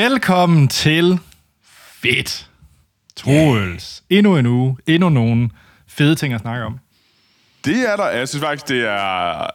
Velkommen til Fedt. Troels. Endnu en uge. Endnu nogle fede ting at snakke om. Det er der. Jeg synes faktisk, de er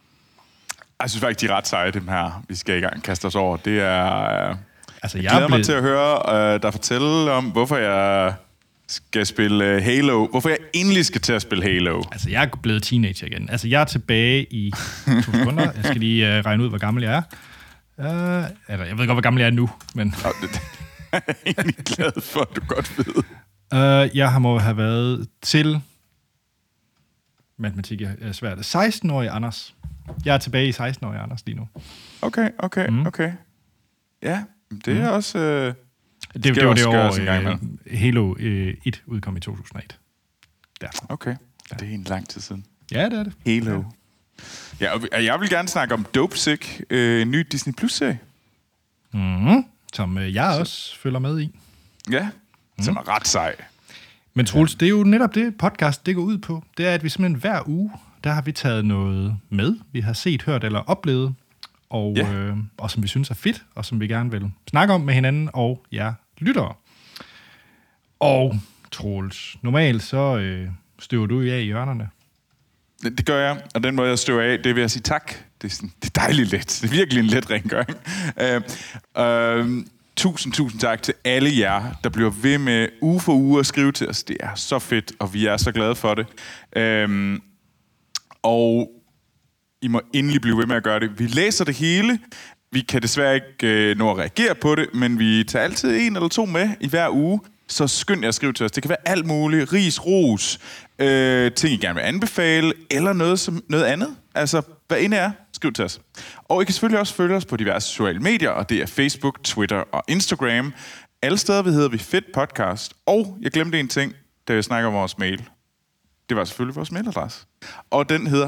ret seje, dem her. Vi skal i gang kaste os over. Det er... Altså, jeg glæder mig til at høre dig fortælle om, hvorfor jeg skal spille Halo. Hvorfor jeg endelig skal til at spille Halo. Altså, jeg er blevet teenager igen. Altså, jeg er tilbage i 2 sekunder. Jeg skal lige regne ud, hvor gammel jeg er. Jeg ved godt, hvor gammel jeg er nu, men... Det er jeg egentlig glad for, at du godt ved. Jeg må have været til... Matematik er svært. 16-årig Anders. Jeg er tilbage i 16-årig Anders lige nu. Okay. Ja, det er også... Det var det år, Halo 1 udkom i 2001. Derfor. Okay, det er en lang tid siden. Ja, det er det. Halo. Ja, og jeg vil gerne snakke om Dopesick, en ny Disney Plus-serie. Som jeg også følger med i. Ja, som er ret sej. Men Troels, det er jo netop det podcast, det går ud på. Det er, at vi simpelthen hver uge, der har vi taget noget med, vi har set, hørt eller oplevet, og som vi synes er fedt, og som vi gerne vil snakke om med hinanden og jer lyttere. Og Troels, normalt så støver du af i hjørnerne. Det gør jeg, og den måde, jeg støver af, det vil jeg sige tak. Det er dejligt let. Det er virkelig en let rengøring. Tusind tak til alle jer, der bliver ved med uge for uge at skrive til os. Det er så fedt, og vi er så glade for det. Og I må endelig blive ved med at gøre det. Vi læser det hele. Vi kan desværre ikke nå at reagere på det, men vi tager altid 1 eller 2 med i hver uge. Så skynd jer at skrive til os. Det kan være alt muligt. Ris, ros, ting I gerne vil anbefale, eller noget andet. Altså, hvad end er, skriv til os. Og I kan selvfølgelig også følge os på diverse sociale medier, og det er Facebook, Twitter og Instagram. Alle steder hedder vi Fedt Podcast. Og jeg glemte en ting, da jeg snakker om vores mail. Det var selvfølgelig vores mailadresse. Og den hedder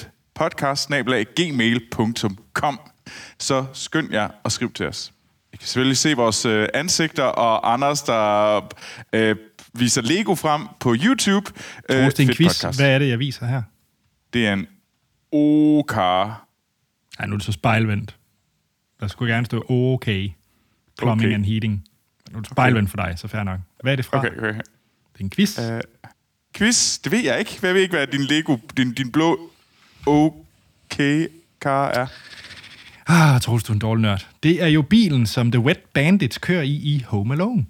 fedtpodcast@gmail.com. Så skynd jer og skriv til os. I kan selvfølgelig se vores ansigter, og Anders, der viser Lego frem på YouTube. Troels, det er en quiz. Podcast. Hvad er det, jeg viser her? Det er en OK-car. Ja, nu er det så spejlvendt. Der skulle gerne stå OK. Plumbing and heating. Nu er det spejlvendt for dig, så fair nok. Hvad er det fra? Okay. Det er en quiz. Quiz? Det ved jeg ikke. Jeg ved ikke, hvad din Lego, din blå OK-car er. Troels, du er en dårlig nørd. Det er jo bilen, som The Wet Bandits kører i Home Alone.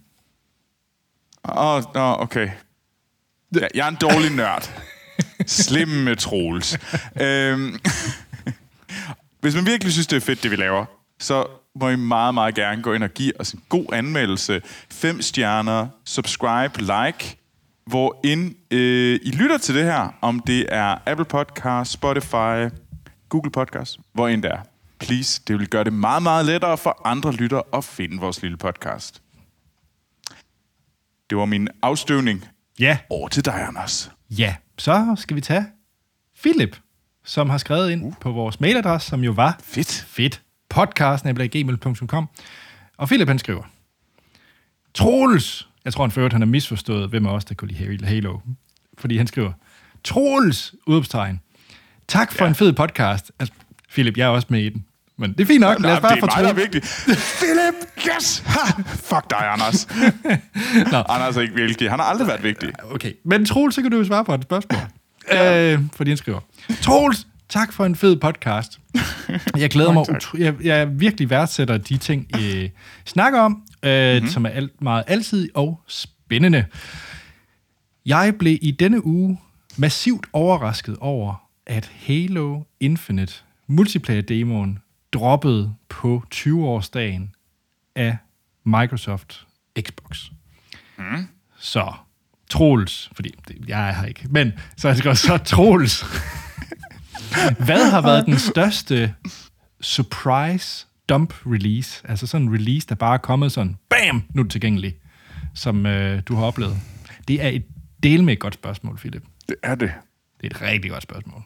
Okay. Jeg er en dårlig nørd. Slimme Troels. Hvis man virkelig synes, det er fedt, det vi laver, så må I meget, meget gerne gå ind og give os en god anmeldelse. 5 stjerner, subscribe, like, hvor ind I lytter til det her, om det er Apple Podcast, Spotify, Google Podcast, hvor end det er. Please, det vil gøre det meget, meget lettere for andre lyttere at finde vores lille podcast. Det var min afstøvning. Ja. Over til dig, Anders. Ja, så skal vi tage Philip, som har skrevet ind på vores mailadresse, som jo var fedtpodcast@gmail.com. Og Philip, han skriver: Troels! Jeg tror, han har misforstået, hvem af os, der kunne lide Halo. Fordi han skriver: Troels! Udopstegn. Tak for en fed podcast. Altså, Philip, jeg er også med i den. Men det er fint nok. Lad os bare få Troels. Det er meget vigtigt. Philip! Yes! Ha! Fuck dig, Anders. Anders er ikke vigtig. Han har aldrig været vigtig. Okay. Men Troels, så kan du jo svare på et spørgsmål. Fordi han skriver: Troels! Tak for en fed podcast. Jeg glæder mig. Jeg virkelig værdsætter de ting, I snakker om, som er meget alsidig og spændende. Jeg blev i denne uge massivt overrasket over, at Halo Infinite multiplayer-demoen droppede på 20-årsdagen af Microsoft Xbox. Så Troels, fordi jeg er her ikke, men så jeg så Troels. Hvad har været den største surprise dump release? Altså sådan en release, der bare er kommet sådan, bam, nu er det tilgængelig, som du har oplevet. Det er et del med et godt spørgsmål, Philip. Det er det. Det er et rigtig godt spørgsmål.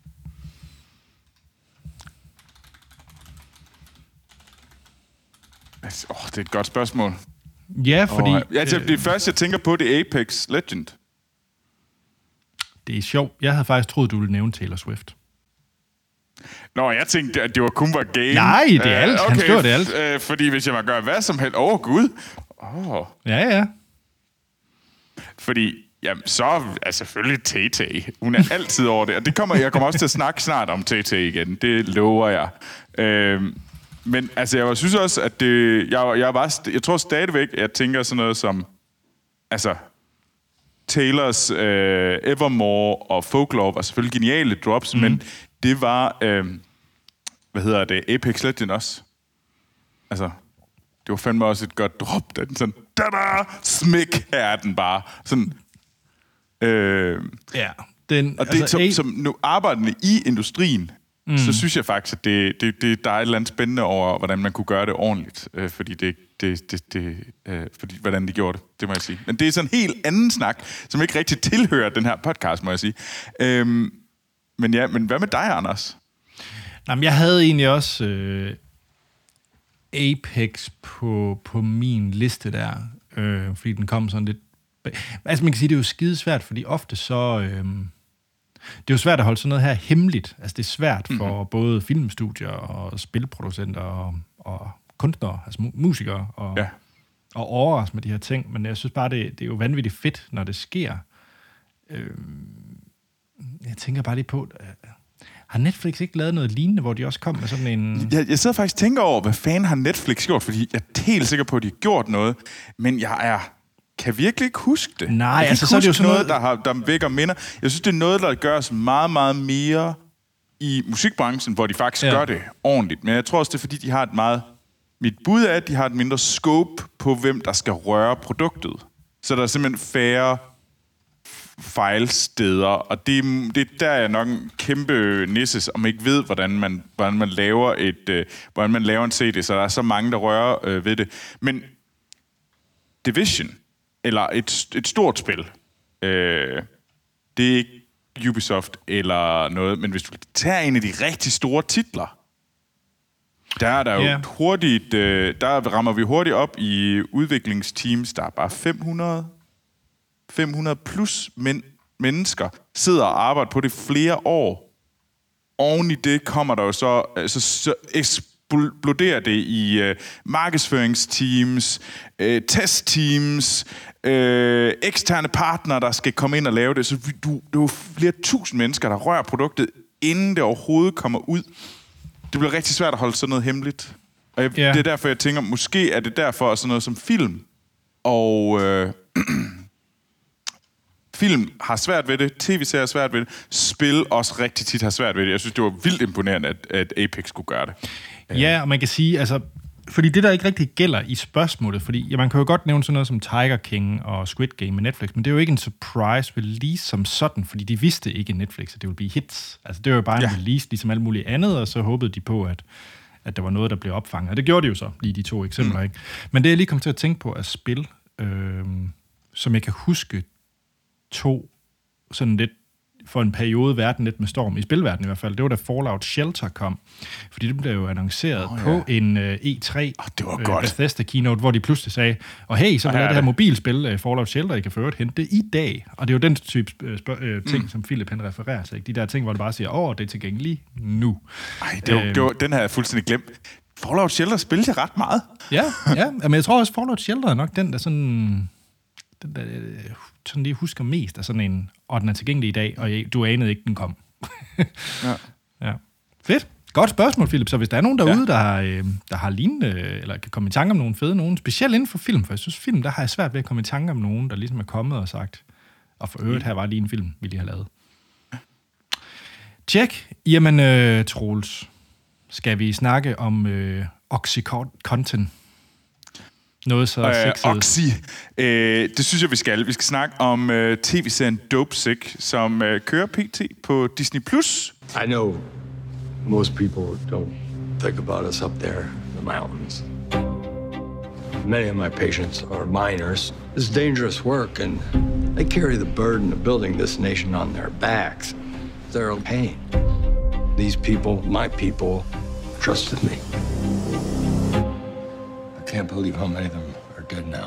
Det er et godt spørgsmål. Ja, fordi... det første, jeg tænker på, det er Apex Legend. Det er sjovt. Jeg havde faktisk troet, du ville nævne Taylor Swift. Nå, jeg tænkte, at det kun var game. Nej, det er alt. Han skriver det alt. Fordi hvis jeg må gøre hvad som helst... Gud. Ja. Fordi, jamen, så er selvfølgelig Tay-Tay. Hun er altid over det. Og jeg kommer også til at snakke snart om Tay-Tay igen. Det lover jeg. Men altså, jeg synes også, at det... Jeg tror stadigvæk, at jeg tænker sådan noget som... Altså... Taylors Evermore og Folklore var selvfølgelig geniale drops, men det var, Apex Legends også. Altså, det var fandme også et godt drop, den sådan, smæk, her er den bare. Sådan, ja. Den, og det, altså, som nu arbejdende i industrien, så synes jeg faktisk, at der er et eller andet spændende over, hvordan man kunne gøre det ordentligt, fordi fordi hvordan de gjorde det, det må jeg sige. Men det er sådan en helt anden snak, som ikke rigtig tilhører den her podcast, må jeg sige. Men hvad med dig, Anders? Jamen, jeg havde egentlig også Apex på min liste der, fordi den kom sådan lidt... Altså, man kan sige, det er jo skidesvært, fordi ofte så... det er jo svært at holde sådan noget her hemmeligt. Altså, det er svært for både filmstudier og spilproducenter og kunstnere, altså musikere, og overraske med de her ting. Men jeg synes bare, det er jo vanvittigt fedt, når det sker. Jeg tænker bare lige på... Har Netflix ikke lavet noget lignende, hvor de også kom med sådan en... Jeg sidder faktisk og tænker over, hvad fanden har Netflix gjort, fordi jeg er helt sikker på, at de har gjort noget, men jeg kan virkelig ikke huske det. Nej, altså så er det jo sådan noget... Der vækker minder. Jeg synes, det er noget, der gøres meget, meget mere i musikbranchen, hvor de faktisk gør det ordentligt. Men jeg tror også, det er, fordi de har et meget... Mit bud er, at de har et mindre scope på, hvem der skal røre produktet. Så der er simpelthen færre fejlsteder, og det der er nok en kæmpe nisses, om ikke ved, hvordan man laver en CD, så der er så mange, der rører ved det. Men Division, eller et stort spil, det er ikke Ubisoft eller noget, men hvis du tager en af de rigtig store titler, der er der jo hurtigt, der rammer vi hurtigt op i udviklingsteams, der er bare 500 plus mennesker sidder og arbejder på det flere år. Oven i det kommer der jo så eksploderer det i markedsføringsteams, testteams, eksterne partnere, der skal komme ind og lave det. Så det er jo flere tusind mennesker, der rører produktet, inden det overhovedet kommer ud. Det bliver rigtig svært at holde sådan noget hemmeligt. Og det er derfor, jeg tænker, måske er det derfor sådan noget som film. Og film har svært ved det, tv-serier har svært ved det, spil også rigtig tit har svært ved det. Jeg synes, det var vildt imponerende, at Apex kunne gøre det. Ja, og man kan sige, altså, fordi det der ikke rigtig gælder i spørgsmålet, fordi man kan jo godt nævne sådan noget som Tiger King og Squid Game med Netflix, men det er jo ikke en surprise release som sådan, fordi de vidste ikke i Netflix, at det ville blive hits. Altså, det var jo bare en release, ligesom alt muligt andet, og så håbede de på, at der var noget, der blev opfanget. Og det gjorde de jo så, lige de to eksempler, ikke? Men det, jeg lige kom til at tænke på, er spil, som jeg kan huske, tog sådan lidt for en periode verden lidt med storm, i spilverdenen i hvert fald. Det var da Fallout Shelter kom, fordi det blev jo annonceret på en E3 det var godt. Bethesda keynote, hvor de pludselig sagde, og hey, så vil det her mobilspil Fallout Shelter, I kan få hente det i dag. Og det er jo den type ting, som Philip han refererer til. Ikke? De der ting, hvor det bare siger, det er tilgængeligt nu. Den har jeg fuldstændig glemt. Fallout Shelter spiller jeg ret meget. Ja, men jeg tror også, Fallout Shelter er nok den, der sådan... sådan lige husker mest af sådan en, og den er tilgængelig i dag, og du anede ikke, den kom. Ja. Fedt. Godt spørgsmål, Philip. Så hvis der er nogen derude, der har lignende, eller kan komme i tanke om nogen fede, nogen specielt inden for film, for jeg synes, film, der har jeg svært ved at komme i tanke om nogen, der ligesom er kommet og sagt, og for øvrigt, her var lige en film, vi lige har lavet. Tjek. Jamen, Troels, skal vi snakke om Oxycontin? Noget så sexet. Oxy. Det synes jeg, vi skal. Vi skal snakke om tv-serien Dopesick, som kører pt. på Disney+. I know most people don't think about us up there in the mountains. Many of my patients are miners. It's dangerous work, and they carry the burden of building this nation on their backs. They're in pain. These people, my people, trusted me. I can't believe how many of them are dead now.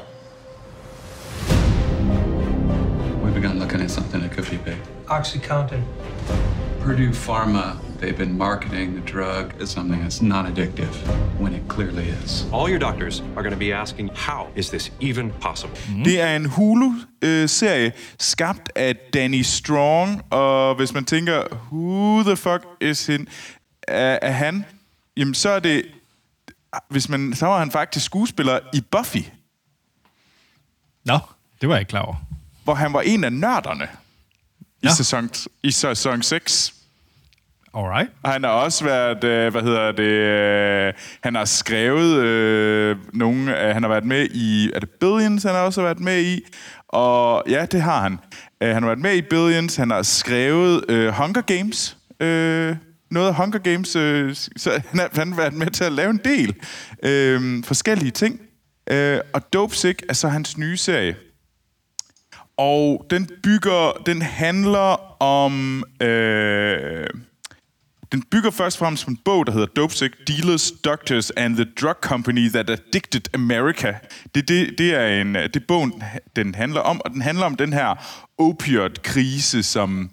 We began looking at something that could be big. OxyContin. Purdue Pharma They've been marketing the drug as something that's non-addictive, when it clearly is. All your doctors are going to be asking, how is this even possible? Det er en Hulu-serie, skabt af Danny Strong, og hvis man tænker, who the fuck is han? Jamen, så er det... så var han faktisk skuespiller i Buffy. Nå, det var jeg ikke klar over. Hvor han var en af nørderne i sæson 6. Alright. Han har også været, han har skrevet han har været med i, er det Billions, han har også været med i? Og ja, det har han. Han har været med i Billions, han har skrevet Hunger Games, noget af Hunger Games, så han har været med til at lave en del forskellige ting. Og Dopesick er så hans nye serie. Og den handler om... Den bygger først og fremmest på en bog, der hedder Dopesick, Dealers, Doctors and the Drug Company That Addicted America. Det er bogen, den handler om, og den handler om den her opioid-krise, som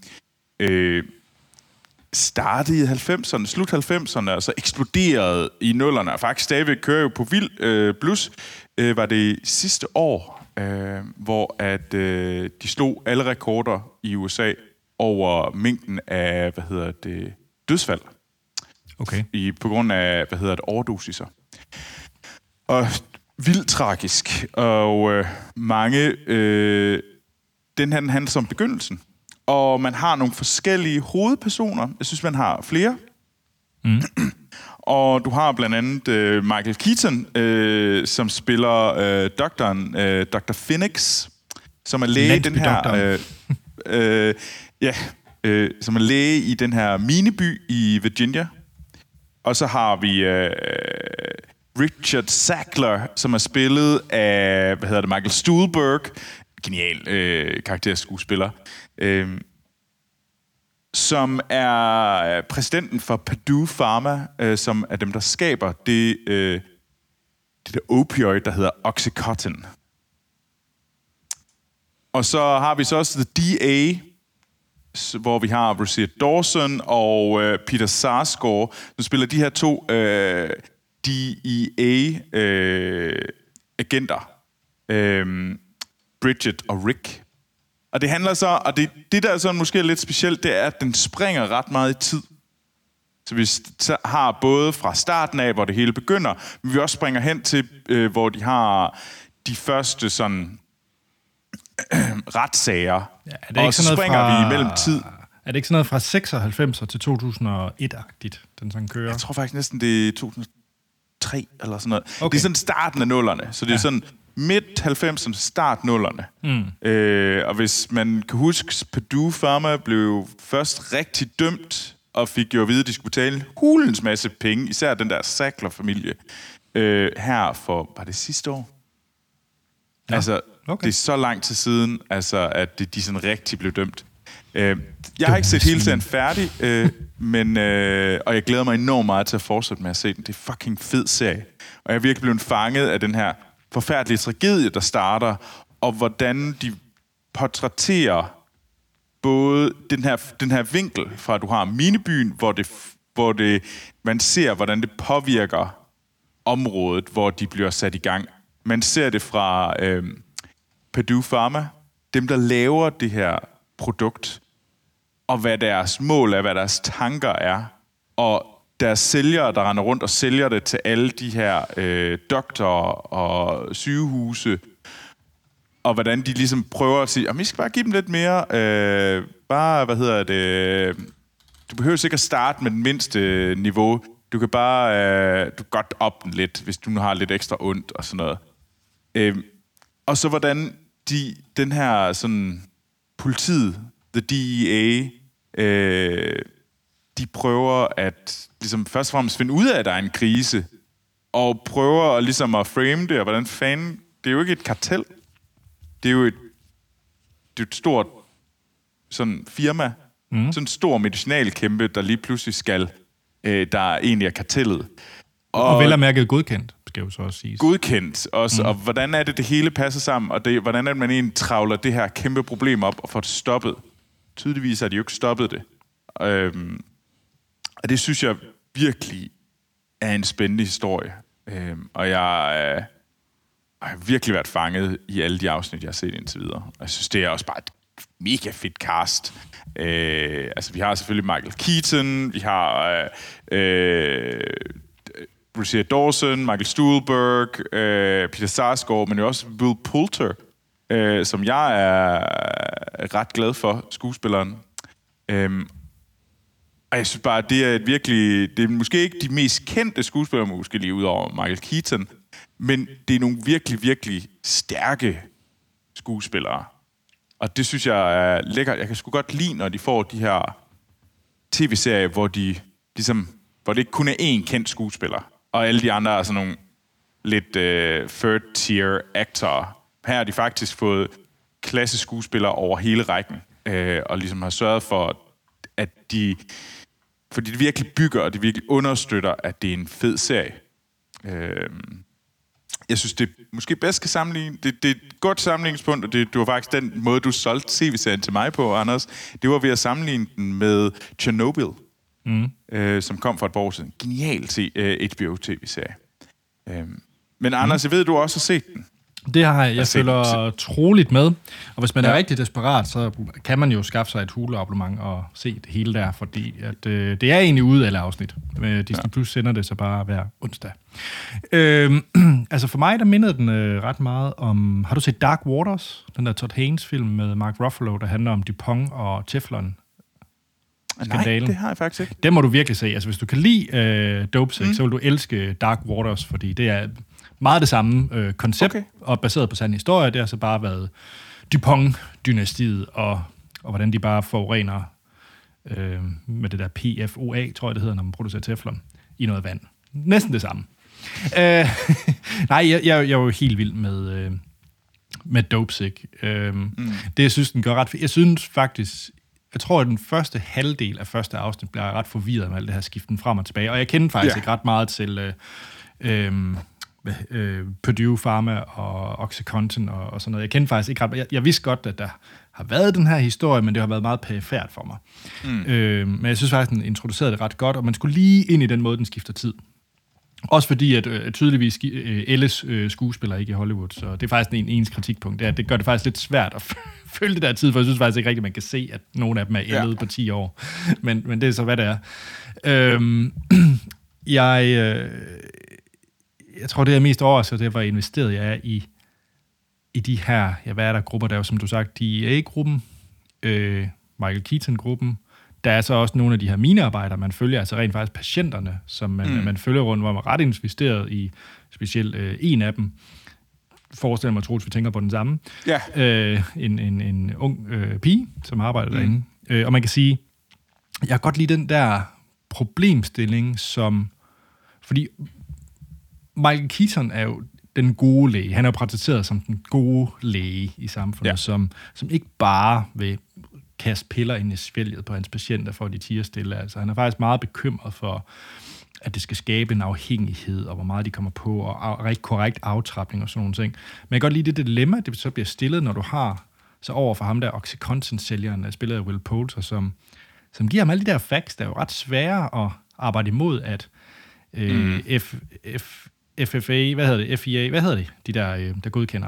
startede i 90'erne, slut 90'erne, og så eksploderede i 0'erne, og faktisk stadigvæk kører jo på vild blus, var det sidste år, hvor at de slog alle rekorder i USA over mængden af, dødsfald. Okay. På grund af, overdosiser. Og vildt tragisk. Og mange... den her handler som begyndelsen. Og man har nogle forskellige hovedpersoner. Jeg synes, man har flere. Mm. Og du har blandt andet Michael Keaton, som spiller doktoren, Dr. Phoenix, som er læge i den her... som er læge i den her mineby i Virginia. Og så har vi Richard Sackler, som er spillet af, Michael Stuhlbarg. Genial karakterskuespiller. Som er præsidenten for Purdue Pharma, som er dem, der skaber det der opioid, der hedder Oxycontin. Og så har vi så også The DA, hvor vi har Rosario Dawson og Peter Sarsgaard, som spiller de her to DEA-agenter. Bridget og Rick. Og det handler så, og det der er så måske lidt specielt, det er, at den springer ret meget i tid. Så vi har både fra starten af, hvor det hele begynder, men vi også springer hen til, hvor de har de første sådan retssager. Ja, og så springer vi imellem tid. Er det ikke sådan noget fra 96 til 2001-agtigt, den sådan kører? Jeg tror faktisk næsten, det er 2003 eller sådan noget. Okay. Det er sådan starten af nullerne, så det er sådan midt 90'erne, start nullerne. Og hvis man kan huske, Purdue Pharma blev først rigtig dømt, og fik jo at vide, at de skulle betale hulens masse penge, især den der Sackler-familie, her for, var det sidste år? Ja. Altså, det er så lang tid siden, altså, at de sådan rigtig blev dømt. Jeg har ikke set hele serien færdig, og jeg glæder mig enormt meget til at fortsætte med at se den. Det er fucking fed serie. Og jeg er virkelig blevet fanget af den her forfærdelige tragedie, der starter, og hvordan de portrætterer både den her vinkel fra, at du har minibyen, hvor man ser, hvordan det påvirker området, hvor de bliver sat i gang. Man ser det fra Purdue Pharma, dem der laver det her produkt, og hvad deres mål er, hvad deres tanker er, og deres sælgere, der render rundt og sælger det til alle de her doktorer og sygehuse, og hvordan de ligesom prøver at sige, vi skal bare give dem lidt mere, du behøver ikke at starte med den mindste niveau, du kan bare du godt op den lidt, hvis du nu har lidt ekstra ondt og sådan noget. Og så hvordan den her sådan politiet, the DEA, de prøver at ligesom først og fremmest finde ud af, at der er en krise, og prøver at, ligesom at frame det, og hvordan fanden, det er jo ikke et kartel. Det er jo et stort sådan firma, sådan en stor medicinalkæmpe, der lige pludselig skal, der egentlig er kartellet. Og vel og mærket godkendt, skal jo så også siges. Godkendt også, og hvordan er det hele passer sammen, og hvordan er det, man egentlig travler det her kæmpe problem op og får det stoppet. Tydeligvis har de jo ikke stoppet det. Og det synes jeg virkelig er en spændende historie. Og jeg har virkelig været fanget i alle de afsnit, jeg har set indtil videre. Og jeg synes, det er også bare et mega fedt cast. Altså, vi har selvfølgelig Michael Keaton, vi har Rosario Dawson, Michael Stuhlbarg, Peter Sarsgaard, men jo også Will Poulter, som jeg er ret glad for, skuespilleren. Og jeg synes bare, det er måske ikke de mest kendte skuespillere, måske lige ud over Michael Keaton, men det er nogle virkelig, virkelig stærke skuespillere. Og det synes jeg er lækkert. Jeg kan sgu godt lide, når de får de her tv-serier, hvor det ikke kun er én kendt skuespiller, og alle de andre er sådan nogle lidt third-tier actorer. Her har de faktisk fået klasseskuespillere over hele rækken, og ligesom har sørget for, at fordi det virkelig bygger, og det virkelig understøtter, at det er en fed serie. Jeg synes, det måske bedst kan sammenligne. Det er et godt sammenligningspunkt, og det var faktisk den måde, du solgte tv-serien til mig på, Anders. Det var ved at sammenligne den med Chernobyl, som kom for et par år siden. Genial HBO-tv-serie. Men Anders, jeg ved, du også har set den. Det har jeg. Jeg følger troligt med. Og hvis man er rigtig desperat, så kan man jo skaffe sig et Hulu-abonnement og se det hele der, fordi at, det er egentlig ude af alle afsnit. Disney Plus sender det så bare hver onsdag. Altså for mig, der mindede den ret meget om... Har du set Dark Waters? Den der Todd Haynes-film med Mark Ruffalo, der handler om Dupont og Teflon. Nej, det har jeg faktisk ikke. Den må du virkelig se. Altså hvis du kan lide Dopesick, så vil du elske Dark Waters, fordi det er... meget det samme koncept, og baseret på sand historie. Det har så bare været Dupont-dynastiet, og hvordan de bare forurener med det der PFOA, tror jeg det hedder, når man producerer teflon, i noget vand. Næsten det samme. Nej, jeg er jo helt vild med Dopesick. Det, jeg synes, den gør ret fedt. Jeg synes faktisk, jeg tror, at den første halvdel af første afsnit bliver ret forvirret med alt det her skiften frem og tilbage, og jeg kender faktisk ikke ret meget til... Purdue Pharma og Oxycontin og sådan noget. Jeg kendte faktisk ikke ret... Jeg vidste godt, at der har været den her historie, men det har været meget perifært for mig. Men jeg synes faktisk, den introducerede det ret godt, og man skulle lige ind i den måde, den skifter tid. Også fordi, at tydeligvis Elles skuespiller ikke i Hollywood, så det er faktisk en ens kritikpunkt. Det gør det faktisk lidt svært at følge det der tid, for jeg synes faktisk ikke rigtigt, at man kan se, at nogle af dem er ældet på 10 år. Men det er så, hvad det er. Jeg tror, det er mest overrasket, det var investeret jeg er i de her, hvad er der grupper, der er jo, som du sagt, DEA-gruppen, Michael Keaton-gruppen. Der er så også nogle af de her minearbejdere, man følger, altså rent faktisk patienterne, som man følger rundt, hvor man er ret investeret i specielt en af dem. Forestiller mig, Troels, vi tænker på den samme. En ung pige, som arbejder derinde. Og man kan sige, jeg kan godt lide den der problemstilling, som... Fordi Michael Keaton er jo den gode læge. Han er jo praktiseret som den gode læge i samfundet, som ikke bare vil kaste piller ind i svælget på hans patienter, for at de tiger stille. Altså, han er faktisk meget bekymret for, at det skal skabe en afhængighed, og hvor meget de kommer på, og korrekt aftrapning og sådan nogle ting. Men jeg kan godt lide det dilemma, det så bliver stillet, når du har så over for ham der Oxycontin-sælgeren, der spiller af Will Poulter, som giver ham alle de der facts, der er jo ret svære at arbejde imod, at FFA, hvad hedder det? FIA, hvad hedder det? De der godkender.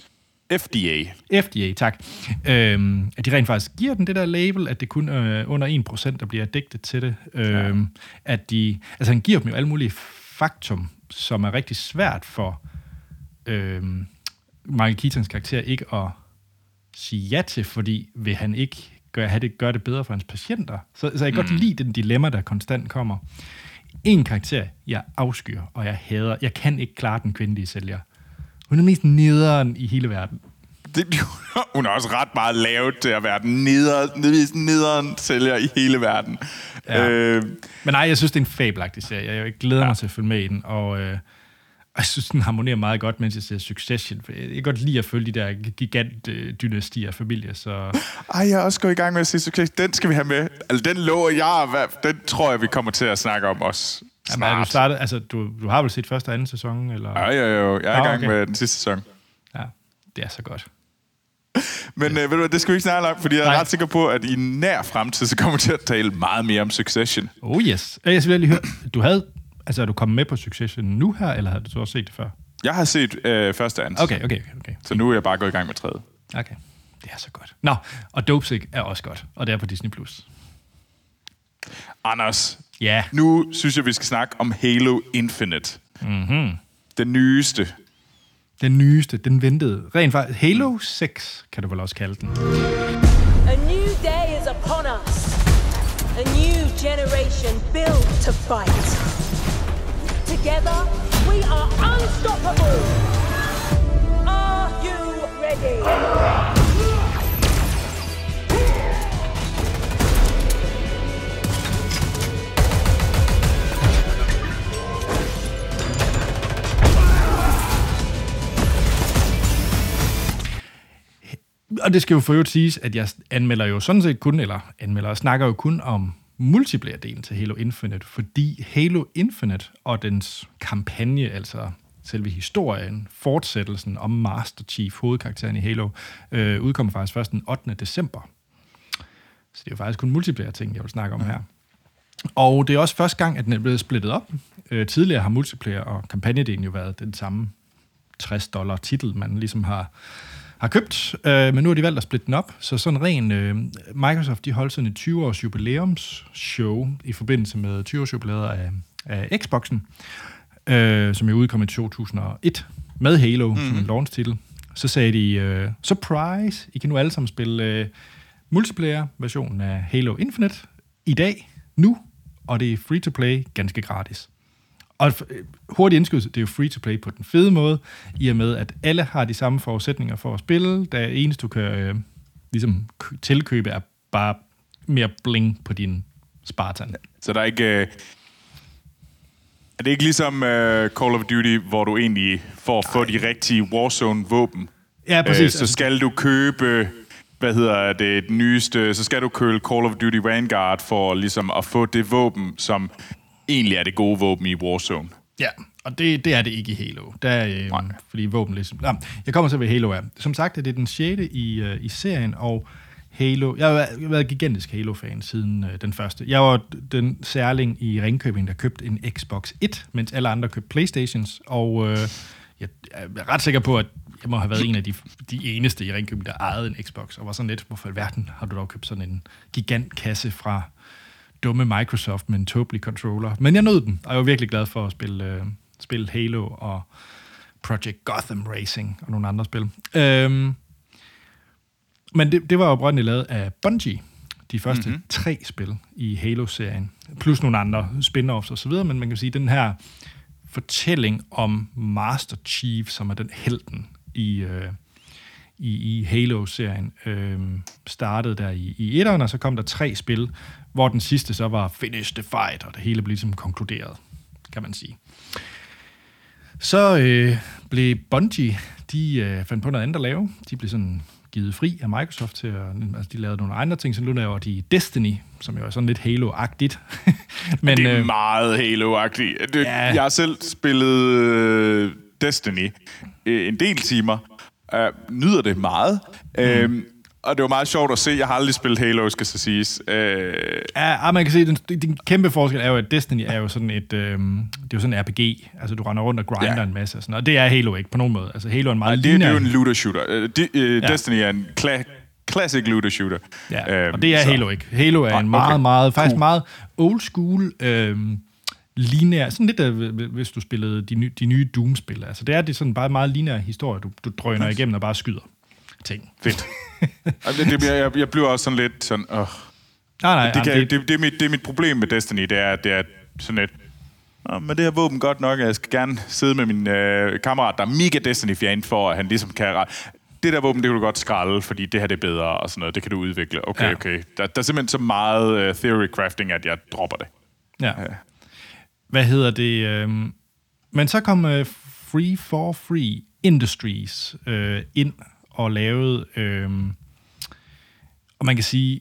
FDA, tak. At de rent faktisk giver den det der label, at det kun under 1%, der bliver addicted til det. At han giver dem jo alle mulige faktum, som er rigtig svært for Michael Keatons karakter ikke at sige ja til, fordi vil han ikke gøre det bedre for hans patienter. Så jeg kan godt lide den dilemma, der konstant kommer. En karakter, jeg afskyr, og jeg hader. Jeg kan ikke klare den kvindelige sælger. Hun er mest nederen i hele verden. Hun er også ret meget lavet til at være den nederen sælger i hele verden. Ja. Men nej, jeg synes, det er en fabelagtig serie. Jeg glæder mig til at følge med i den, og jeg synes, den harmonerer meget godt, mens jeg ser Succession. Jeg kan godt lide at følge de der gigant-dynastier af familier, så... Jeg er også gået i gang med at se Succession. Den skal vi have med. Altså, den lover jeg, den tror jeg, vi kommer til at snakke om også snart. Du har vel set første og anden sæson? Eller? Jo. Jeg er i gang med den sidste sæson. Ja, det er så godt. Men ved du hvad, det skal vi ikke snakke om, fordi jeg er ret sikker på, at i nær fremtid, så kommer vi til at tale meget mere om Succession. Oh yes. Jeg skal lige høre, er du kommet med på Succession nu her, eller havde du også set det før? Jeg har set første og andet. Okay. Så nu er jeg bare gået i gang med tredje. Okay, det er så godt. Nå, og Dopesick er også godt, og det er på Disney+. Anders, ja. Nu synes jeg, vi skal snakke om Halo Infinite. Mm-hmm. Den nyeste. Den nyeste, den ventede. Rent faktisk, Halo 6 kan du vel også kalde den. A new day is upon us. A new generation built to fight. Together, we are unstoppable. Are you ready? Og det skal jo for øvrigt siges, at jeg anmelder jo sådan set kun, snakker jo kun om multiplayer-delen til Halo Infinite, fordi Halo Infinite og dens kampagne, altså selve historien, fortsættelsen om Master Chief, hovedkarakteren i Halo, udkommer faktisk først den 8. december. Så det er jo faktisk kun multiplayer-ting, jeg vil snakke om her. Og det er også første gang, at den er blevet splittet op. Tidligere har multiplayer og kampagnedelen jo været den samme $60 titel, man ligesom har købt, men nu har de valgt at splitte den op, så sådan ren Microsoft, de holdt sådan et 20-års jubilæumsshow i forbindelse med 20-års jubilæet af Xboxen, som jo udkom i 2001 med Halo som en launch-titel. Så sagde de, surprise, I kan nu alle sammen spille multiplayer-versionen af Halo Infinite i dag, nu, og det er free-to-play, ganske gratis. Og hurtig indskydelse, det er jo free-to-play på den fede måde, i og med, at alle har de samme forudsætninger for at spille. Det eneste, du kan ligesom tilkøbe, er bare mere bling på din Spartan. Så der er ikke... er det ikke ligesom Call of Duty, hvor du egentlig for at få de rigtige Warzone-våben, ja, præcis. Så skal du købe... det nyeste, så skal du købe Call of Duty Vanguard for ligesom at få det våben, som egentlig er det gode våben i Warzone. Ja, og det er det ikke i Halo. Der er, fordi våben ligesom... Jeg kommer så ved Halo af. Som sagt, det er den 6. i serien, og Halo... Jeg har været gigantisk Halo-fan siden den første. Jeg var den særling i Ringkøbing, der købte en Xbox 1, mens alle andre købte Playstations, og jeg er ret sikker på, at jeg må have været en af de eneste i Ringkøbing, der ejede en Xbox, og var sådan lidt, hvorfor i verden har du dog købt sådan en gigantkasse fra dumme Microsoft med en tåbelig controller. Men jeg nød den, og jeg var virkelig glad for at spille Halo og Project Gotham Racing og nogle andre spil. Men det var oprindeligt lavet af Bungie, de første 3 spil i Halo-serien, plus nogle andre spin-offs og så videre, men man kan sige, den her fortælling om Master Chief, som er den helten i Halo-serien, startede der i 1'eren, og så kom der 3 spil, hvor den sidste så var Finish the Fight, og det hele blev ligesom konkluderet, kan man sige. Så blev Bungie, de fandt på noget andet at lave. De blev sådan givet fri af Microsoft til at, de lavede nogle andre ting, så nu laver de Destiny, som jo er sådan lidt Halo-agtigt. Men, det er meget Halo-agtigt. Jeg har selv spillet Destiny en del timer. Nyder det meget. Og det var meget sjovt at se. Jeg har aldrig spillet Halo, skal så siges. Ja, man kan se, den kæmpe forskel er jo, at Destiny er jo sådan et... det er jo sådan en RPG. Altså, du render rundt og grinder en masse og sådan noget. Og det er Halo ikke på nogen måde. Altså, Halo er en meget det er jo en looter-shooter. Destiny er en classic looter-shooter. Ja, og det er Halo ikke. Halo er en meget, faktisk meget old school... lineær, sådan lidt, hvis du spillede de nye Doom-spil. Altså, det er sådan bare en meget lineær historie, du drøner igennem og bare skyder ting. Fedt. Jeg bliver også sådan lidt sådan... Nej, det er mit problem med Destiny, det er sådan et... Men det her våben godt nok, jeg skal gerne sidde med min kammerat, der er mega Destiny-fan, for at han ligesom kan... Det der våben, det kan du godt skralde, fordi det her det er bedre, og sådan noget. Det kan du udvikle. Okay. Der er simpelthen så meget theory crafting, at jeg dropper det. Ja. Hvad hedder det? Men så kom Free for Free Industries ind og lavede, og man kan sige,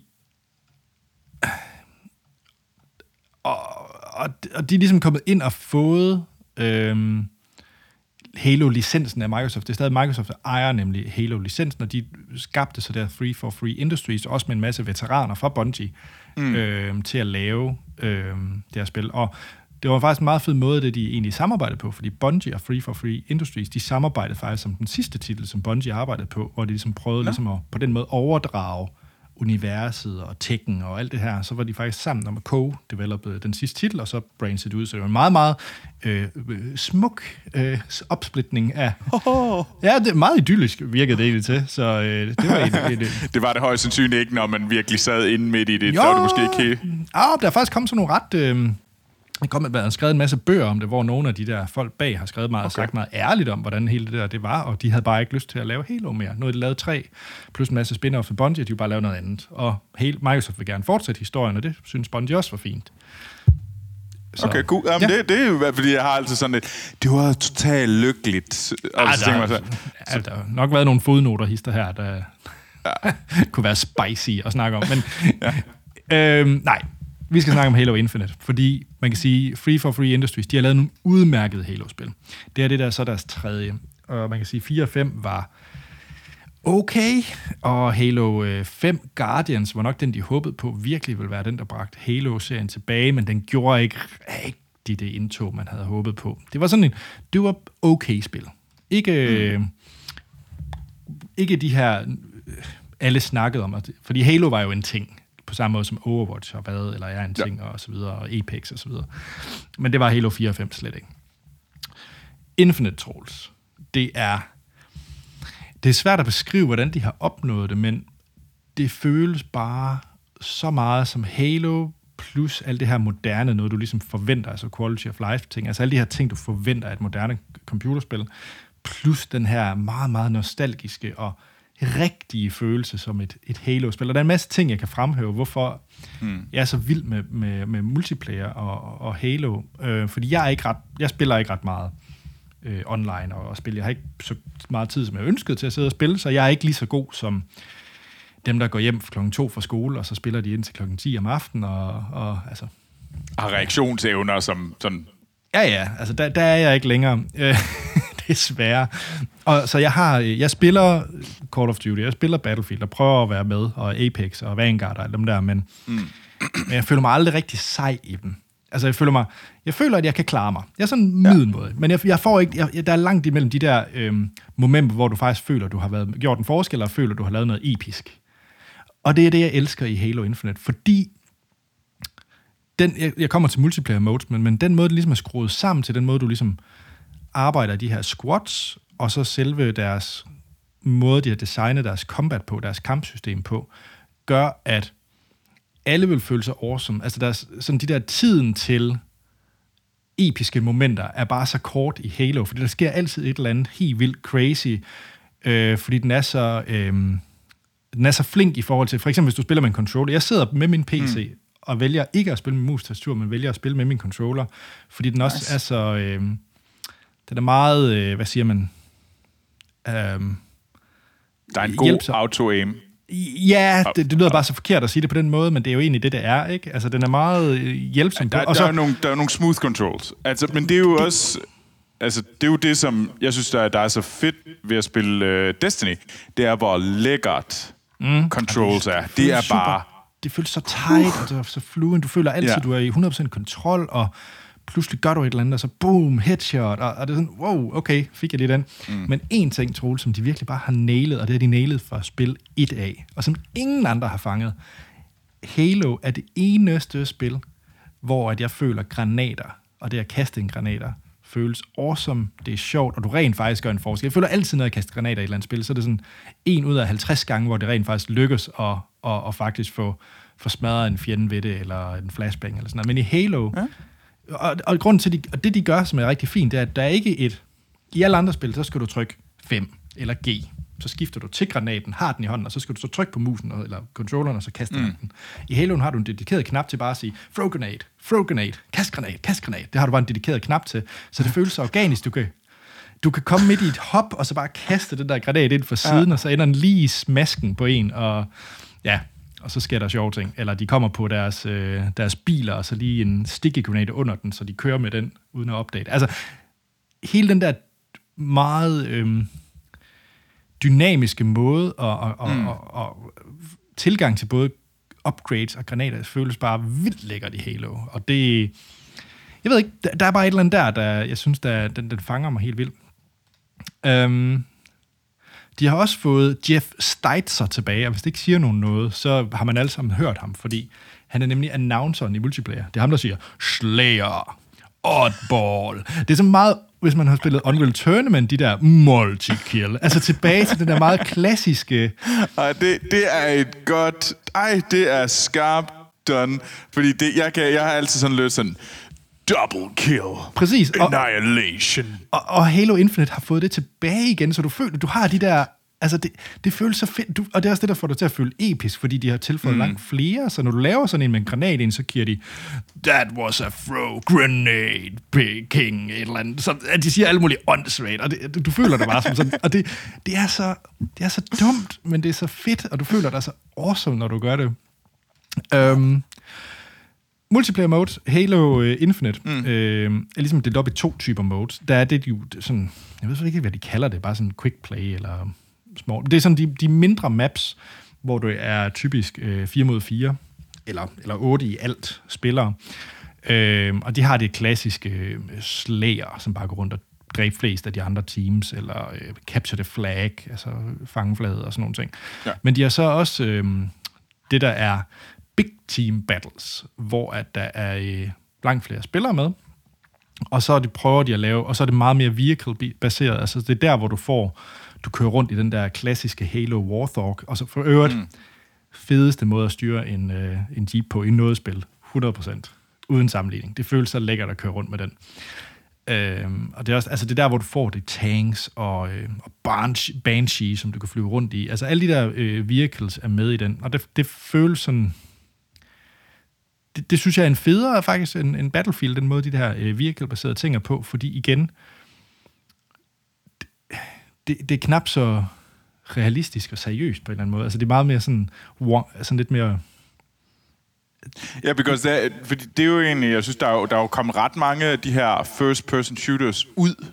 og de er ligesom kommet ind og fået Halo-licensen af Microsoft. Det er stadig Microsoft, der ejer nemlig Halo-licensen, og de skabte så der 343 Industries, også med en masse veteraner fra Bungie, til at lave det her spil. Og det var faktisk en meget fed måde, det de egentlig samarbejdede på, fordi Bungie og 343 Industries, de samarbejdede faktisk om den sidste titel, som Bungie arbejdede på, hvor de ligesom prøvede ligesom at på den måde overdrage universet og tekken og alt det her. Så var de faktisk sammen om at co-develope den sidste titel, og så brancede det ud. Så det var en meget, meget smuk opsplitning af... Ja, det er meget idyllisk virkede det egentlig til. Så det var egentlig... Det var det højst sandsynligt ikke, når man virkelig sad inde midt i det. Jo, så var det måske ikke... Der er faktisk kommet sådan nogle ret... Der er skrevet en masse bøger om det, hvor nogle af de der folk bag har skrevet meget, sagt meget ærligt om, hvordan hele det der det var, og de havde bare ikke lyst til at lave Halo mere. Nu har de lavet 3, plus en masse spin-offs af Bungie, de vil bare lave noget andet. Og Microsoft vil gerne fortsætte historien, og det synes Bungie også var fint. Så. Okay, cool. Jamen, det er jo, fordi jeg har altid sådan et, det var totalt lykkeligt. Der har nok været nogle fodnoter hister her, der kunne være spicy at snakke om. Men nej, vi skal snakke om Halo Infinite, fordi man kan sige, 343 Industries, de har lavet nogle udmærkede Halo-spil. Det er det der så deres tredje. Og man kan sige, 4 og 5 var okay, og Halo 5 Guardians var nok den, de håbede på virkelig ville være den, der bragte Halo-serien tilbage, men den gjorde ikke rigtig det indtog, man havde håbet på. Det var sådan det var okay spil. Ikke de her, alle snakkede om, fordi Halo var jo en ting, på samme måde som Overwatch har været, eller er en ting, og så videre, og Apex og så videre. Men det var Halo 4 og 5 slet ikke. Infinite Trolls, det er svært at beskrive, hvordan de har opnået det, men det føles bare så meget som Halo, plus alt det her moderne, noget du ligesom forventer, altså quality of life ting, altså alle de her ting, du forventer af et moderne computerspil, plus den her meget, meget nostalgiske og rigtige følelse som et Halo-spil. Og der er en masse ting, jeg kan fremhæve, hvorfor jeg er så vild med multiplayer og Halo. Fordi jeg spiller ikke ret meget online og spil. Jeg har ikke så meget tid, som jeg ønskede til at sidde og spille, så jeg er ikke lige så god som dem, der går hjem klokken 2 fra skole, og så spiller de indtil klokken 10 om aftenen. Og altså... Har reaktionsevner som sådan... Ja, altså der er jeg ikke længere. Desværre. Og så jeg spiller Call of Duty, jeg spiller Battlefield, og prøver at være med, og Apex og Vanguard og alle dem der, men jeg føler mig aldrig rigtig sej i dem. Altså jeg føler, at jeg kan klare mig. Jeg er sådan middelmåde, men jeg får ikke, der er langt imellem de der momenter, hvor du faktisk føler, at du har gjort en forskel, og føler, at du har lavet noget episk. Og det er det, jeg elsker i Halo Infinite, fordi jeg kommer til multiplayer modes, men den måde, det ligesom er skruet sammen til den måde, du ligesom arbejder de her squads, og så selve deres måde, de har designet deres combat på, deres kampsystem på, gør, at alle vil føle sig awesome. Altså, sådan de der tiden til episke momenter er bare så kort i Halo, fordi der sker altid et eller andet helt vildt crazy, fordi den er så flink i forhold til, for eksempel hvis du spiller med en controller. Jeg sidder med min PC og vælger ikke at spille med mus-tastatur, men vælger at spille med min controller, fordi den også er så... den er meget, hvad siger man? Der er en god auto-aim. Ja, det lyder bare så forkert at sige det på den måde, men det er jo egentlig det er, ikke? Altså, den er meget hjælpsom. Der er nogle smooth controls. Altså, men det er jo også... Altså, det er jo det, som jeg synes, der er så fedt ved at spille Destiny. Det er, hvor lækkert controls er. Det er bare... Det føles så tight, og så fluent. Du føler altid, du er i 100% kontrol, og pludselig gør du et eller andet, og så boom, headshot, og det er sådan, wow, okay, fik jeg lige den. Men en ting, Troels, som de virkelig bare har nailet, og det er de nailet fra spil 1A, og som ingen andre har fanget. Halo er det eneste spil, hvor at jeg føler granater, og det at kaste en granater, føles awesome, det er sjovt, og du rent faktisk gør en forskel. Jeg føler altid, når jeg kaster granater i et eller andet spil, så er det sådan 1 ud af 50 gange, hvor det rent faktisk lykkes at faktisk få smadret en fjende ved det, eller en flashbang, eller sådan noget. Men i Halo... Ja. Og grunden til, det de gør, som er rigtig fint, det er, at der er ikke i alle andre spil, så skal du trykke 5 eller G. Så skifter du til granaten, har den i hånden, og så skal du så trykke på musen eller controlleren, og så kaster den. I Halo'en har du en dedikeret knap til bare at sige, throw grenade, kast granat. Det har du bare en dedikeret knap til, så det føles så organisk. Du kan komme midt i et hop, og så bare kaste den der granat ind fra siden, og så ender den lige i smasken på en, og ja... Og så sker der sjove ting. Eller de kommer på deres biler, og så lige en sticky grenade under den, så de kører med den, uden at opdage det. Altså, hele den der meget dynamiske måde og tilgang til både upgrades og granater føles bare vildt lækkert i Halo. Og det... Jeg ved ikke, der er bare et eller andet der jeg synes, den fanger mig helt vildt. De har også fået Jeff Steitzer tilbage, og hvis det ikke siger nogen noget, så har man alle sammen hørt ham, fordi han er nemlig announceren i multiplayer. Det er ham, der siger, Slayer, Oddball. Det er så meget, hvis man har spillet Unreal Tournament, de der multi-kill. Altså tilbage til den der meget klassiske... Det er et godt... det er skarpt done. Fordi jeg har altid sådan lidt sådan... Double kill. Præcis. Annihilation. Og Halo Infinite har fået det tilbage igen, så du føler, du har de der... Altså, det føles så fedt. Og det er også det, der får dig til at føle episk, fordi de har tilføjet langt flere. Så når du laver sådan en med en granat ind, så giver de, that was a throw grenade, king, et eller andet. Så de siger alt muligt åndssvagt, og du føler dig bare som sådan. Og det er så dumt, men det er så fedt, og du føler dig så awesome, når du gør det. Multiplayer mode, Halo Infinite, er ligesom delt op i 2 typer modes. Der er det jo sådan, jeg ved ikke, hvad de kalder det, bare sådan quick play eller small. Det er sådan de mindre maps, hvor du er typisk 4 mod 4, eller 8 i alt spillere. Og de har det klassiske Slayer, som bare går rundt og dræber flest af de andre teams, eller capture the flag, altså fange flaget og sådan nogle ting. Ja. Men de har så også det, der er big team battles, hvor at der er langt flere spillere med, og så prøver de at lave, og så er det meget mere vehicle-baseret, altså det er der, hvor du kører rundt i den der klassiske Halo Warthog, og så for øvrigt fedeste måde at styre en Jeep på i noget spil, 100%, uden sammenligning. Det føles så lækkert at køre rundt med den. Og det er også, altså det der, hvor du får det tanks og Banshee, som du kan flyve rundt i. Altså alle de der vehicles er med i den, og det føles sådan... Det synes jeg er en federe faktisk en Battlefield, den måde de der vehicle-baserede ting er på, fordi igen, det er knap så realistisk og seriøst på en eller anden måde. Altså det er meget mere sådan lidt mere... Ja, fordi det er jo egentlig, jeg synes, der er jo kommet ret mange af de her first-person shooters ud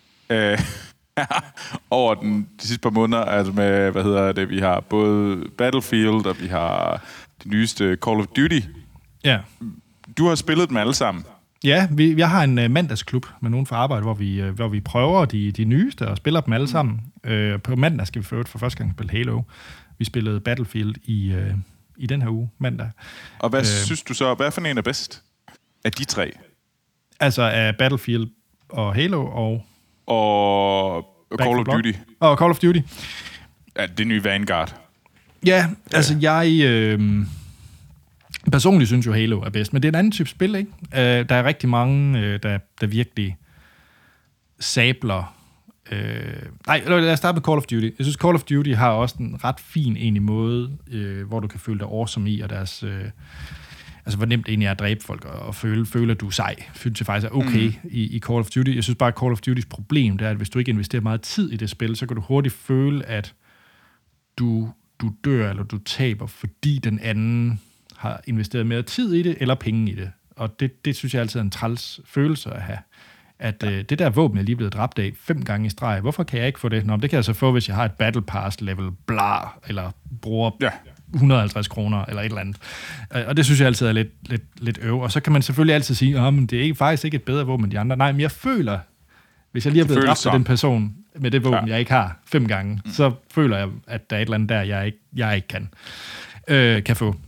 over de sidste par måneder, altså med, vi har både Battlefield, og vi har det nyeste Call of Duty. Ja. Du har spillet dem alle sammen. Ja, jeg har en mandagsklub med nogen fra arbejde, hvor vi prøver de nyeste og spiller dem alle sammen. På mandag skal vi for første gang spille Halo. Vi spillede Battlefield i den her uge, mandag. Og hvad synes du så, hvad for en er bedst af de 3? Altså af Battlefield og Halo og Call of Duty. Og Call of Duty. Ja, det nye Vanguard. Ja, altså jeg... personligt synes jo Halo er bedst, men det er en anden type spil, ikke? Der er rigtig mange, der virkelig sabler... Nej, lad os starte med Call of Duty. Jeg synes, Call of Duty har også en ret fin egentlig måde, hvor du kan føle dig awesome i, og deres... altså, hvor nemt egentlig er at dræbe folk, og føle at du er sej. Føle til faktisk er okay i Call of Duty. Jeg synes bare, at Call of Duty's problem, det er, at hvis du ikke investerer meget tid i det spil, så kan du hurtigt føle, at du dør, eller du taber, fordi den anden har investeret mere tid i det, eller penge i det. Og det synes jeg altid er en træls følelse at have. At det der våben er lige blevet dræbt af 5 gange i streg. Hvorfor kan jeg ikke få det? Nå, det kan jeg så få, hvis jeg har et Battle Pass level bla, eller bruger 150 kroner, eller et eller andet. Og det synes jeg altid er lidt øv. Og så kan man selvfølgelig altid sige, men det er faktisk ikke et bedre våben end de andre. Nej, men jeg føler, hvis jeg lige er blevet dræbt af den person med det våben, jeg ikke har 5 gange, så føler jeg, at der er et eller andet der, jeg ikke kan få.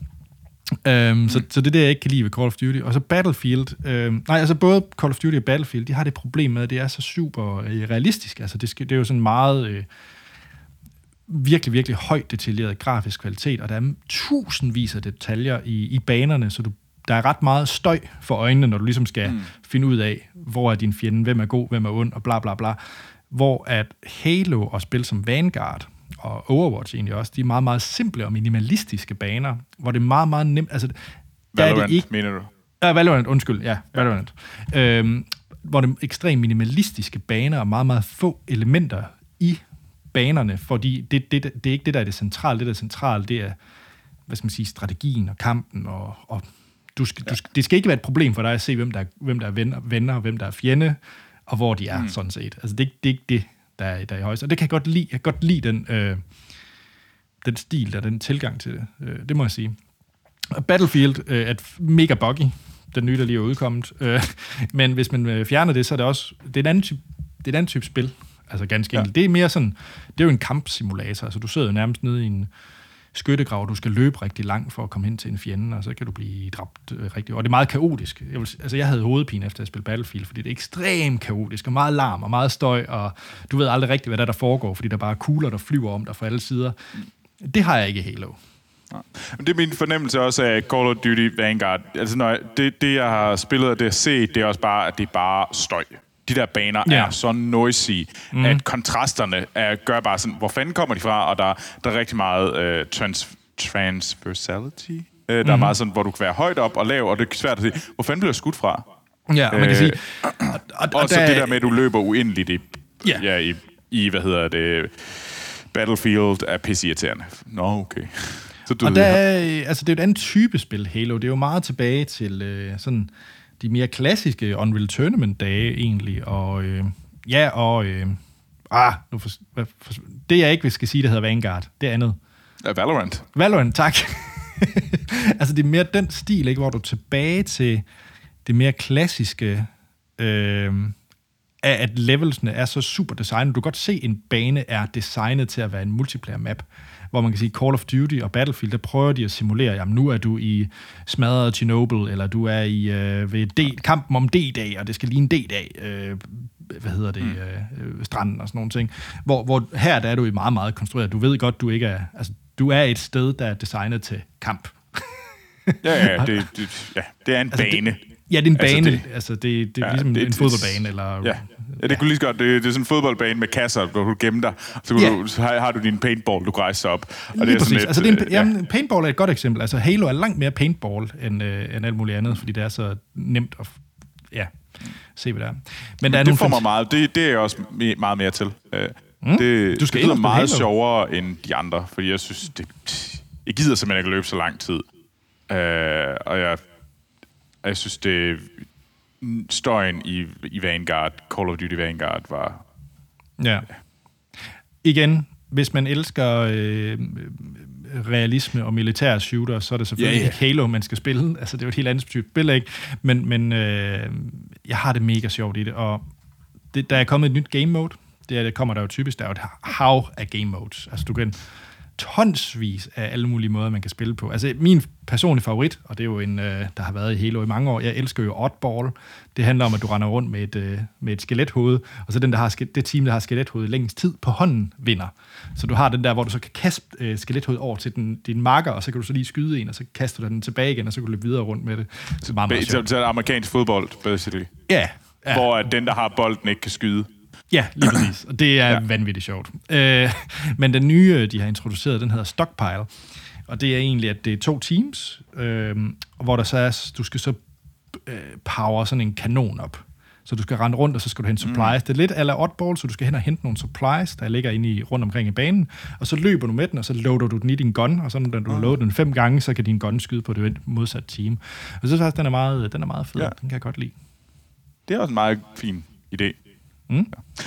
Så det er det, jeg ikke kan lide ved Call of Duty. Og så Battlefield, både Call of Duty og Battlefield, de har det problem med, at det er så super realistisk. Altså det er jo sådan meget virkelig, virkelig højt detaljeret grafisk kvalitet, og der er tusindvis af detaljer i banerne, så der er ret meget støj for øjnene, når du ligesom skal finde ud af, hvor er din fjende, hvem er god, hvem er ond, og bla bla bla. Hvor at Halo og spil som Vanguard og Overwatch egentlig også, de er meget, meget simple og minimalistiske baner, hvor det er meget, meget nemt. Altså, Valorant, ikke, mener du? Ja, Valorant, undskyld. Ja, Valorant. Hvor det er ekstremt minimalistiske baner og meget, meget få elementer i banerne, fordi det er ikke det, der er det centrale. Det, der er centrale, det er, hvad skal man sige, strategien og kampen, og det skal ikke være et problem for dig at se, hvem der er venner og hvem der er fjende, og hvor de er, sådan set. Altså, det er ikke det, der er i højst. Og det kan jeg godt lide. Jeg kan godt lide den stil, der den tilgang til det. Det må jeg sige. Battlefield er mega buggy, den nye, der lige er udkommet. Men hvis man fjerner det, så er det også... Det er en anden type spil. Altså ganske enkelt. Det er mere sådan... Det er jo en kampsimulator. Altså, du sidder jo nærmest nede i en skyttegrav, du skal løbe rigtig langt for at komme hen til en fjende, og så kan du blive dræbt rigtig. Og det er meget kaotisk. Jeg havde hovedpine efter at spille Battlefield, fordi det er ekstremt kaotisk, og meget larm, og meget støj, og du ved aldrig rigtigt, hvad der foregår, fordi der bare er kugler, der flyver om dig fra alle sider. Det har jeg ikke i Halo. Ja. Men det er min fornemmelse også af Call of Duty Vanguard. Altså, det jeg har spillet og det jeg har set, det er også bare, at det er bare støj. De der baner er så noisy, at kontrasterne gør bare sådan, hvor fanden kommer de fra? Og der er rigtig meget transversality. Der er meget sådan, hvor du kan være højt op og lav, og det er svært at se, hvor fanden bliver skudt fra? Ja, man kan sige... Og så det der med, at du løber uendeligt i hvad hedder det, Battlefield er pisseirriterende. Nå, okay. Så og det er jo et andet type spil, Halo. Det er jo meget tilbage til sådan... de mere klassiske Unreal Tournament-dage egentlig, og det jeg ikke skal sige, det hedder Vanguard, det er andet. Valorant. Valorant, tak. Altså det er mere den stil, ikke, hvor du er tilbage til det mere klassiske, at levelsene er så super designet. Du kan godt se, at en bane er designet til at være en multiplayer map, hvor man kan sige, Call of Duty og Battlefield, der prøver de at simulere, jamen nu er du i smadret Chernobyl, eller du er i ved kampen om D-dag, og det skal ligne D-dag, stranden og sådan nogle ting. Hvor her der er du i meget, meget konstrueret. Du ved godt, du ikke er... Altså, du er et sted, der er designet til kamp. Det er en bane. Det er en bane. Det er ligesom en fodboldbane, eller... Ja, det kunne lige så godt. Det er sådan en fodboldbane med kasser, hvor du gemmer dig. Så har du din paintball, du rejser op. Og det er sådan paintball er et godt eksempel. Altså, Halo er langt mere paintball end alt muligt andet, fordi det er så nemt at se, hvad det er. Men der er det får mig meget. Det er jeg også meget mere til. Det lyder meget sjovere end de andre, fordi jeg synes, jeg gider simpelthen ikke løbe så lang tid. Og jeg synes, støjen i Vanguard, Call of Duty Vanguard var... Ja. Igen, hvis man elsker realisme og militære shooter, så er det selvfølgelig ikke Halo, man skal spille. Altså, det er jo et helt andet type spil, ikke? Men jeg har det mega sjovt i det, og der er kommet et nyt game mode. Det kommer der jo typisk, der er jo et hav af game modes. Altså, du kan tonsvis af alle mulige måder, man kan spille på. Altså, min personlige favorit, og det er jo en, der har været i Halo i mange år, jeg elsker jo Oddball. Det handler om, at du render rundt med et skelethoved, og så det team, der har skelethovedet længst tid på hånden, vinder. Så du har den der, hvor du så kan kaste skelethovedet over til din marker, og så kan du så lige skyde en, og så kaster du den tilbage igen, og så kan du løbe videre rundt med det. Så det er amerikansk fodbold, basically. Ja. Hvor den, der har bolden, ikke kan skyde. Ja, lige præcis. Og det er vanvittigt sjovt. Men den nye, de har introduceret, den hedder Stockpile. Og det er egentlig, at det er 2 teams, hvor der så er, du skal så power sådan en kanon op. Så du skal rende rundt, og så skal du hente supplies. Det er lidt a la Oddball, så du skal hen og hente nogle supplies, der ligger inde rundt omkring i banen. Og så løber du med den, og så loader du den i din gun. Og så når du loader den 5 gange, så kan din gun skyde på det modsatte team. Og så synes jeg, den er meget fed. Ja. Den kan jeg godt lide. Det er også en meget fin idé. Ja.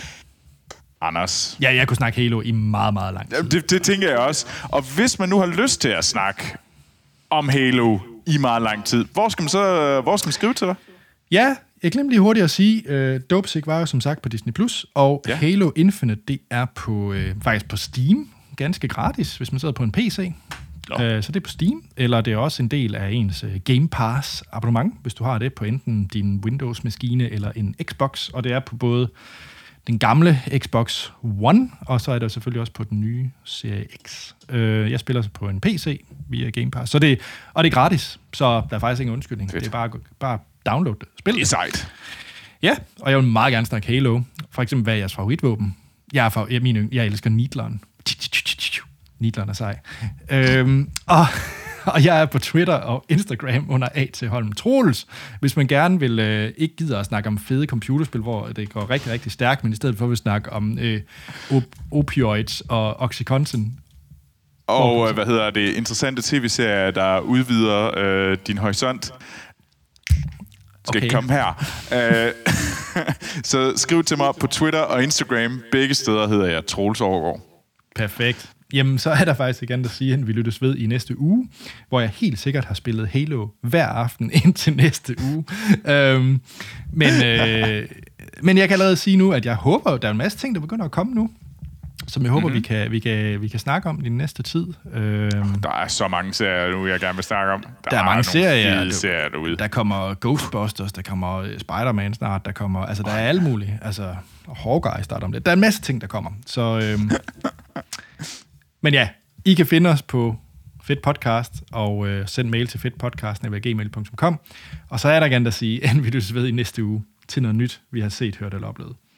Anders. Ja, jeg kunne snakke Halo i meget, meget lang tid. Det tænker jeg også. Og hvis man nu har lyst til at snakke om Halo i meget lang tid, hvor skal man skrive til dig? Ja, jeg glemte lige hurtigt at sige, Dopesick var jo som sagt på Disney+, og Halo Infinite, det er faktisk på Steam, ganske gratis, hvis man sidder på en PC. Så det er på Steam, eller det er også en del af ens Game Pass abonnement, hvis du har det på enten din Windows-maskine eller en Xbox, og det er på både den gamle Xbox One, og så er det selvfølgelig også på den nye Serie X. Jeg spiller så på en PC via Game Pass, og det er gratis, så der er faktisk ingen undskyldning. Fedt. Det er bare download det. Spil det. Det er sejt. Ja, og jeg vil meget gerne snakke Halo. For eksempel, hvad er jeres favoritvåben? Jeg elsker Needleren. Needleren er sej. Og jeg er på Twitter og Instagram under A.T. Holm Troels. Hvis man gerne vil ikke gider at snakke om fede computerspil, hvor det går rigtig, rigtig stærkt, men i stedet for vil snakke om opioids og Oxycontin. Og interessante tv-serier, der udvider din horisont. skal ikke komme her. Så skriv til mig på Twitter og Instagram. Begge steder hedder jeg Troels Overgaard. Perfekt. Jamen, så er der faktisk igen at sige, at vi lyttes ved i næste uge, hvor jeg helt sikkert har spillet Halo hver aften indtil næste uge. Men jeg kan allerede sige nu, at jeg håber, at der er en masse ting, der begynder at komme nu, som jeg håber, vi kan snakke om i den næste tid. Der er så mange serier nu, jeg gerne vil snakke om. Der er mange serier derude. Der kommer Ghostbusters, der kommer Spider-Man snart, der kommer... Altså, der er alt muligt. Altså, Hawkeye starter om det. Der er en masse ting, der kommer. Så... Men ja, I kan finde os på Fedt Podcast, og send mail til fedtpodcast@gmail.com. Og så er der gerne at sige, at vi lyttes ved i næste uge til noget nyt, vi har set, hørt eller oplevet.